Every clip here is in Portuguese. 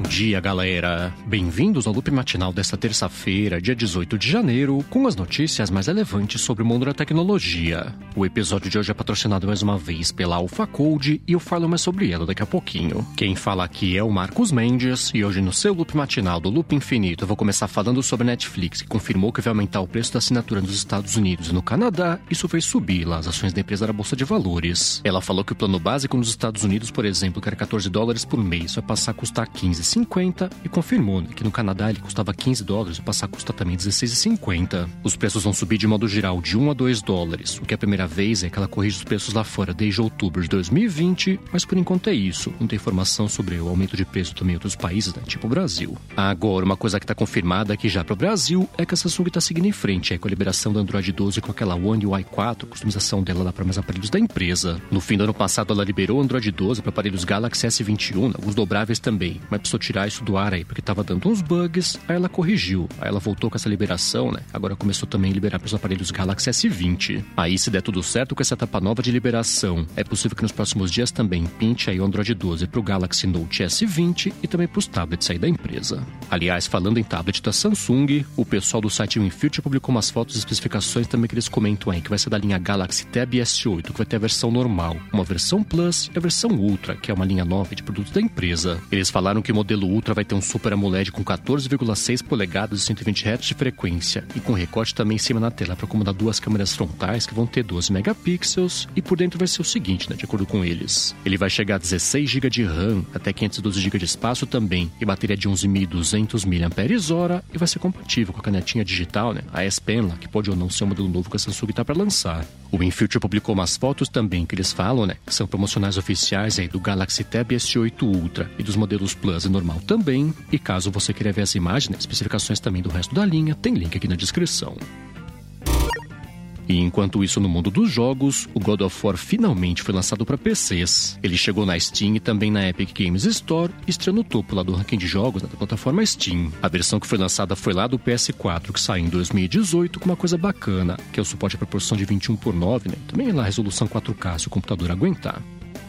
dia, galera! Bem-vindos ao loop matinal desta terça-feira, dia 18 de janeiro, com as notícias mais relevantes sobre o mundo da tecnologia. O episódio de hoje é patrocinado mais uma vez pela AlphaCode e eu falo mais sobre ela daqui a pouquinho. Quem fala aqui é o Marcos Mendes e hoje no seu loop matinal do Loop Infinito eu vou começar falando sobre a Netflix, que confirmou que vai aumentar o preço da assinatura nos Estados Unidos e no Canadá. Isso fez subir lá as ações da empresa na Bolsa de Valores. Ela falou que o plano básico nos Estados Unidos, por exemplo, que era $14 por mês, vai passar a custar $15,50 e confirmou, né, que no Canadá ele custava $15 e passar a custar também $16,50. Os preços vão subir de modo geral de $1 a $2, o que a primeira vez é que ela corrige os preços lá fora desde outubro de 2020, mas por enquanto é isso. Não tem informação sobre o aumento de preço também em outros países, né, tipo o Brasil. Agora, uma coisa que está confirmada aqui já para o Brasil é que a Samsung está seguindo em frente aí com a liberação do Android 12 com aquela One UI 4, customização dela lá para mais aparelhos da empresa. No fim do ano passado ela liberou o Android 12 para aparelhos Galaxy S21, alguns dobráveis também, mas precisou tirar isso do ar aí, porque tava dando uns bugs, aí ela corrigiu, aí ela voltou com essa liberação, né? Agora começou também a liberar para os aparelhos Galaxy S20. Aí, se der tudo certo com essa etapa nova de liberação, é possível que nos próximos dias também pinte aí o Android 12 pro Galaxy Note S20 e também pros tablets aí da empresa. Aliás, falando em tablet da Samsung, o pessoal do site Winfuture publicou umas fotos e especificações também que eles comentam aí, que vai ser da linha Galaxy Tab S8, que vai ter a versão normal, uma versão Plus e a versão Ultra, que é uma linha nova de produtos da empresa. Eles falaram que o modelo Ultra vai ter um Super AMOLED com 14,6 polegadas e 120 Hz de frequência e com recorte também em cima na tela para acomodar duas câmeras frontais que vão ter 12 megapixels e por dentro vai ser o seguinte, né, de acordo com eles. Ele vai chegar a 16 GB de RAM, até 512 GB de espaço também e bateria de 11.200 mAh e vai ser compatível com a canetinha digital, né, a S Pen, que pode ou não ser um modelo novo que a Samsung está para lançar. O Winfuture publicou umas fotos também que eles falam, né, que são promocionais oficiais aí do Galaxy Tab S8 Ultra e dos modelos Plus e normal também. E caso você queira ver as imagens, né, especificações também do resto da linha, tem link aqui na descrição. E enquanto isso, no mundo dos jogos, o God of War finalmente foi lançado para PCs. Ele chegou na Steam e também na Epic Games Store, estreando no topo lá do ranking de jogos, né, da plataforma Steam. A versão que foi lançada foi lá do PS4, que saiu em 2018, com uma coisa bacana, que é o suporte à proporção de 21:9, né? Também lá a resolução 4K, se o computador aguentar.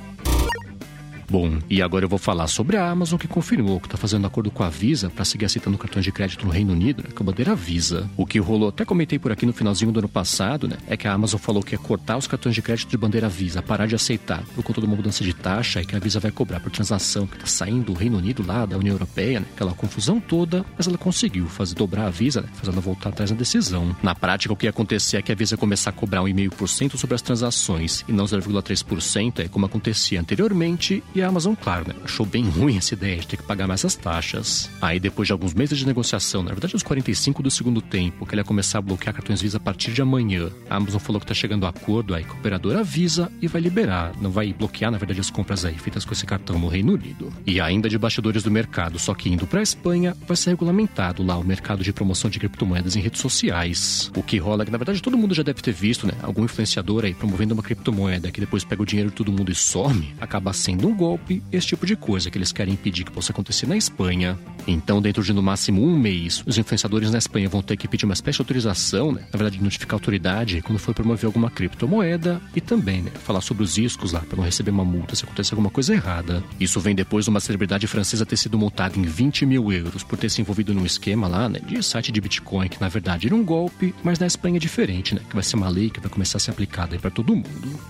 Bom, e agora eu vou falar sobre a Amazon, que confirmou que está fazendo acordo com a Visa para seguir aceitando cartões de crédito no Reino Unido, né, com a bandeira Visa. O que rolou, até comentei por aqui no finalzinho do ano passado, né, é que a Amazon falou que ia cortar os cartões de crédito de bandeira Visa, parar de aceitar por conta de uma mudança de taxa e que a Visa vai cobrar por transação que está saindo do Reino Unido lá, da União Europeia, né, aquela confusão toda, mas ela conseguiu dobrar a Visa, né, fazendo ela voltar atrás na decisão. Na prática, o que ia acontecer é que a Visa ia começar a cobrar 1,5% sobre as transações e não 0,3%, como acontecia anteriormente, e a Amazon, claro, né, achou bem ruim essa ideia de ter que pagar mais as taxas. Aí, depois de alguns meses de negociação, na verdade, os 45 do segundo tempo, que ele ia começar a bloquear cartões Visa a partir de amanhã, a Amazon falou que tá chegando a acordo aí com a operadora Visa e vai liberar, não vai bloquear, na verdade, as compras aí feitas com esse cartão no Reino Unido. E ainda de bastidores do mercado, só que indo pra Espanha, vai ser regulamentado lá o mercado de promoção de criptomoedas em redes sociais. O que rola é que, na verdade, todo mundo já deve ter visto, né, algum influenciador aí promovendo uma criptomoeda que depois pega o dinheiro de todo mundo e some, acaba sendo um golpe, esse tipo de coisa que eles querem impedir que possa acontecer na Espanha. Então, dentro de no máximo um mês, os influenciadores na Espanha vão ter que pedir uma espécie de autorização, né? Na verdade, notificar a autoridade quando for promover alguma criptomoeda e também, né, falar sobre os riscos lá para não receber uma multa se acontecer alguma coisa errada. Isso vem depois de uma celebridade francesa ter sido multada em 20 mil euros por ter se envolvido num esquema lá, né, de site de Bitcoin, que na verdade era um golpe, mas na Espanha é diferente, né, que vai ser uma lei que vai começar a ser aplicada aí para todo mundo.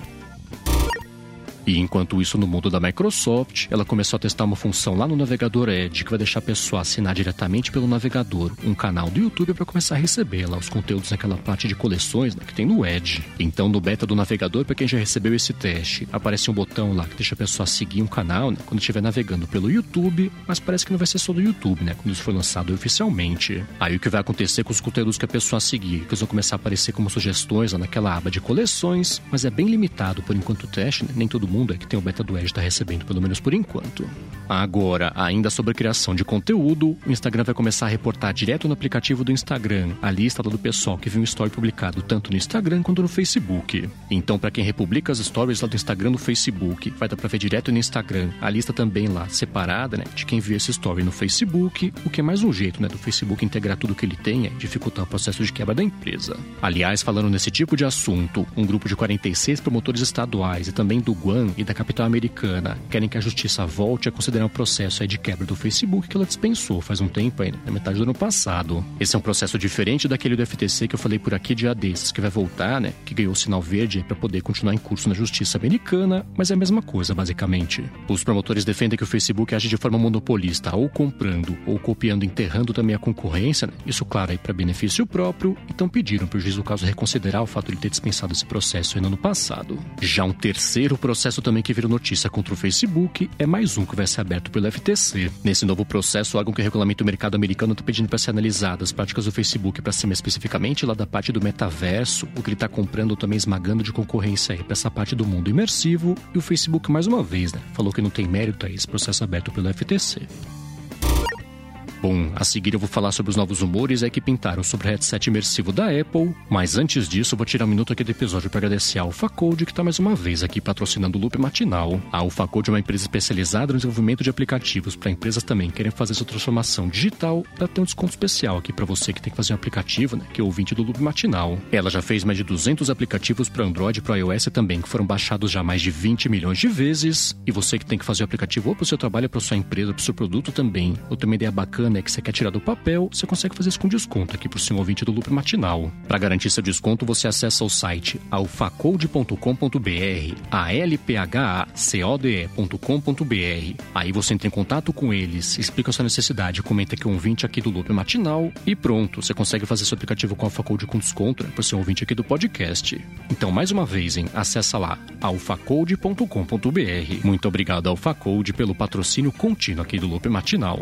E enquanto isso, no mundo da Microsoft, ela começou a testar uma função lá no navegador Edge que vai deixar a pessoa assinar diretamente pelo navegador um canal do YouTube para começar a receber lá os conteúdos naquela parte de coleções, né, que tem no Edge. Então, no beta do navegador, para quem já recebeu esse teste, aparece um botão lá que deixa a pessoa seguir um canal, né, quando estiver navegando pelo YouTube, mas parece que não vai ser só do YouTube, né, quando isso for lançado oficialmente. Aí o que vai acontecer com os conteúdos que a pessoa seguir, que eles vão começar a aparecer como sugestões lá naquela aba de coleções, mas é bem limitado por enquanto o teste, né, nem todo mundo é que tem o beta do Edge está recebendo, pelo menos por enquanto. Agora, ainda sobre a criação de conteúdo, o Instagram vai começar a reportar direto no aplicativo do Instagram a lista do pessoal que viu um story publicado tanto no Instagram quanto no Facebook. Então, para quem republica as stories lá do Instagram no Facebook, vai dar para ver direto no Instagram a lista também lá separada, né, de quem viu esse story no Facebook, o que é mais um jeito, né, do Facebook integrar tudo que ele tem e dificultar o processo de quebra da empresa. Aliás, falando nesse tipo de assunto, um grupo de 46 promotores estaduais e também do Guam, Michigan e da capital americana querem que a justiça volte a considerar o processo aí de quebra do Facebook que ela dispensou faz um tempo aí, na metade do ano passado. Esse é um processo diferente daquele do FTC que eu falei por aqui dia desses, que vai voltar, né? Que ganhou o sinal verde para poder continuar em curso na justiça americana, mas é a mesma coisa, basicamente. Os promotores defendem que o Facebook age de forma monopolista, ou comprando, ou copiando, enterrando também a concorrência, né? Isso, claro, aí para benefício próprio, então pediram para o juiz do caso reconsiderar o fato de ter dispensado esse processo aí no ano passado. Já um terceiro processo também que virou notícia contra o Facebook é mais um que vai ser aberto pelo FTC. Nesse novo processo, o órgão que regulamenta o mercado americano está pedindo para ser analisadas as práticas do Facebook, para ser mais especificamente lá da parte do metaverso, o que ele está comprando também esmagando de concorrência aí para essa parte do mundo imersivo, e o Facebook mais uma vez, né, falou que não tem mérito aí esse processo aberto pelo FTC. Bom, a seguir eu vou falar sobre os novos rumores aí que pintaram sobre o headset imersivo da Apple, mas antes disso eu vou tirar um minuto aqui do episódio para agradecer a AlphaCode, que está mais uma vez aqui patrocinando o Loop Matinal. A AlphaCode é uma empresa especializada no desenvolvimento de aplicativos para empresas também que querem fazer sua transformação digital. Ela tem um desconto especial aqui para você que tem que fazer um aplicativo, né, que é o ouvinte do Loop Matinal. Ela já fez mais de 200 aplicativos para Android e para iOS também, que foram baixados já mais de 20 milhões de vezes. E você que tem que fazer o aplicativo ou para o seu trabalho, ou para sua empresa, para o seu produto também, ou também ideia bacana é que você quer tirar do papel, você consegue fazer isso com desconto aqui pro seu ouvinte do Loop Matinal. Para garantir seu desconto, você acessa o site alphacode.com.br, alphacode.com.br. Aí você entra em contato com eles, explica a sua necessidade, comenta que é um ouvinte aqui do Loop Matinal e pronto, você consegue fazer seu aplicativo com AlphaCode com desconto, né, pro seu ouvinte aqui do podcast. Então, mais uma vez, acessa lá alphacode.com.br. Muito obrigado, AlphaCode, pelo patrocínio contínuo aqui do Loop Matinal.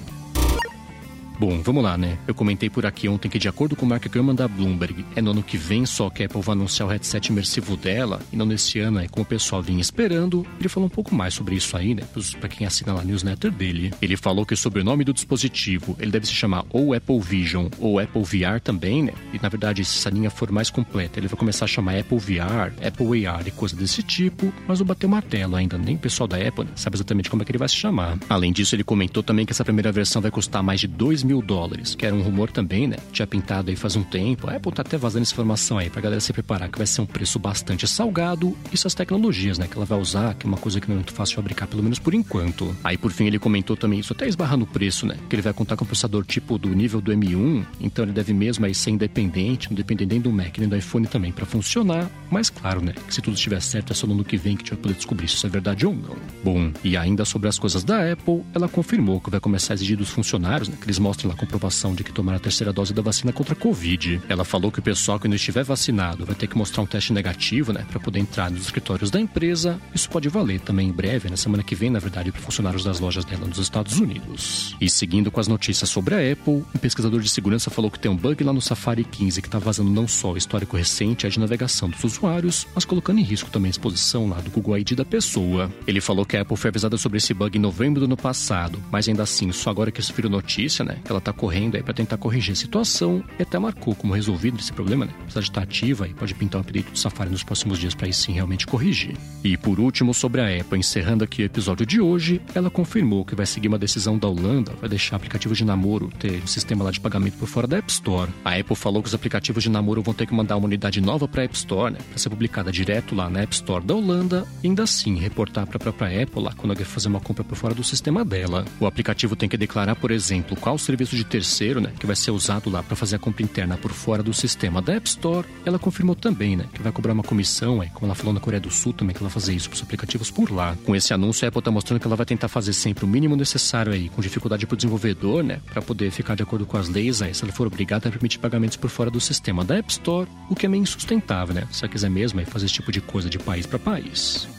Bom, vamos lá, né? Eu comentei por aqui ontem que, de acordo com o Mark Gurman da Bloomberg, é no ano que vem só que a Apple vai anunciar o headset imersivo dela, e não nesse ano, como o pessoal vinha esperando. Ele falou um pouco mais sobre isso aí, né? Pra quem assina lá a newsletter dele. Ele falou que o sobrenome do dispositivo, ele deve se chamar ou Apple Vision ou Apple VR também, né? E, na verdade, se essa linha for mais completa, ele vai começar a chamar Apple VR, Apple AR e coisa desse tipo, mas não bateu o martelo ainda. Nem o pessoal da Apple, né, sabe exatamente como é que ele vai se chamar. Além disso, ele comentou também que essa primeira versão vai custar mais de $2.000, que era um rumor também, né? Tinha pintado aí faz um tempo. A Apple tá até vazando essa informação aí pra galera se preparar, que vai ser um preço bastante salgado. Isso as tecnologias, né? Que ela vai usar, que é uma coisa que não é muito fácil de fabricar, pelo menos por enquanto. Aí, por fim, ele comentou também isso, até esbarrar no preço, né? Que ele vai contar com um processador tipo do nível do M1, então ele deve mesmo aí ser independente, não depender nem do Mac, nem do iPhone também pra funcionar. Mas claro, né? Que se tudo estiver certo, é só no ano que vem que a gente vai poder descobrir se isso é verdade ou não. Bom, e ainda sobre as coisas da Apple, ela confirmou que vai começar a exigir dos funcionários, né? Que eles mostrem lá com comprovação de que tomaram a terceira dose da vacina contra a Covid. Ela falou que o pessoal que não estiver vacinado vai ter que mostrar um teste negativo, né, para poder entrar nos escritórios da empresa. Isso pode valer também em breve, na semana que vem, na verdade, para funcionários das lojas dela nos Estados Unidos. E seguindo com as notícias sobre a Apple, um pesquisador de segurança falou que tem um bug lá no Safari 15 que está vazando não só o histórico recente de navegação dos usuários, mas colocando em risco também a exposição lá do Google ID da pessoa. Ele falou que a Apple foi avisada sobre esse bug em novembro do ano passado, mas ainda assim, só agora que isso virou notícia, né, que ela tá correndo aí para tentar corrigir a situação, e até marcou como resolvido esse problema, né? Apesar de estar ativa e pode pintar um update do Safari nos próximos dias para aí sim realmente corrigir. E por último, sobre a Apple, encerrando aqui o episódio de hoje, ela confirmou que vai seguir uma decisão da Holanda, vai deixar aplicativos de namoro ter um sistema lá de pagamento por fora da App Store. A Apple falou que os aplicativos de namoro vão ter que mandar uma unidade nova para a App Store, né? Para ser publicada direto lá na App Store da Holanda, e ainda assim reportar para a própria Apple lá quando alguém fazer uma compra por fora do sistema dela. O aplicativo tem que declarar, por exemplo, qual serviço de terceiro, né, que vai ser usado lá para fazer a compra interna por fora do sistema da App Store. Ela confirmou também, né, que vai cobrar uma comissão, como ela falou na Coreia do Sul também, que ela vai fazer isso para os aplicativos por lá. Com esse anúncio, a Apple está mostrando que ela vai tentar fazer sempre o mínimo necessário aí, com dificuldade para o desenvolvedor, né, para poder ficar de acordo com as leis, aí, se ela for obrigada a permitir pagamentos por fora do sistema da App Store, o que é meio insustentável, né, se ela quiser mesmo aí fazer esse tipo de coisa de país para país.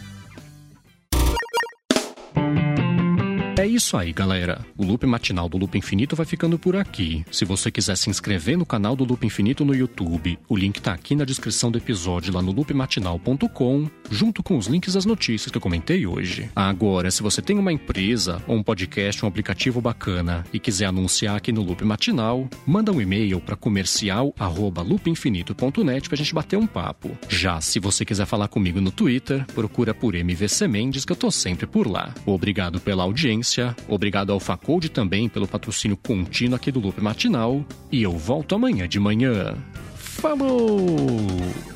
É isso aí, galera. O Loop Matinal do Loop Infinito vai ficando por aqui. Se você quiser se inscrever no canal do Loop Infinito no YouTube, o link tá aqui na descrição do episódio lá no loopmatinal.com, junto com os links das notícias que eu comentei hoje. Agora, se você tem uma empresa, ou um podcast, um aplicativo bacana e quiser anunciar aqui no Loop Matinal, manda um e-mail para comercial@loopinfinito.net pra gente bater um papo. Já se você quiser falar comigo no Twitter, procura por MVC Mendes, que eu tô sempre por lá. Obrigado pela audiência. Obrigado ao AlphaCode também pelo patrocínio contínuo aqui do Loop Matinal. E eu volto amanhã de manhã. Falou!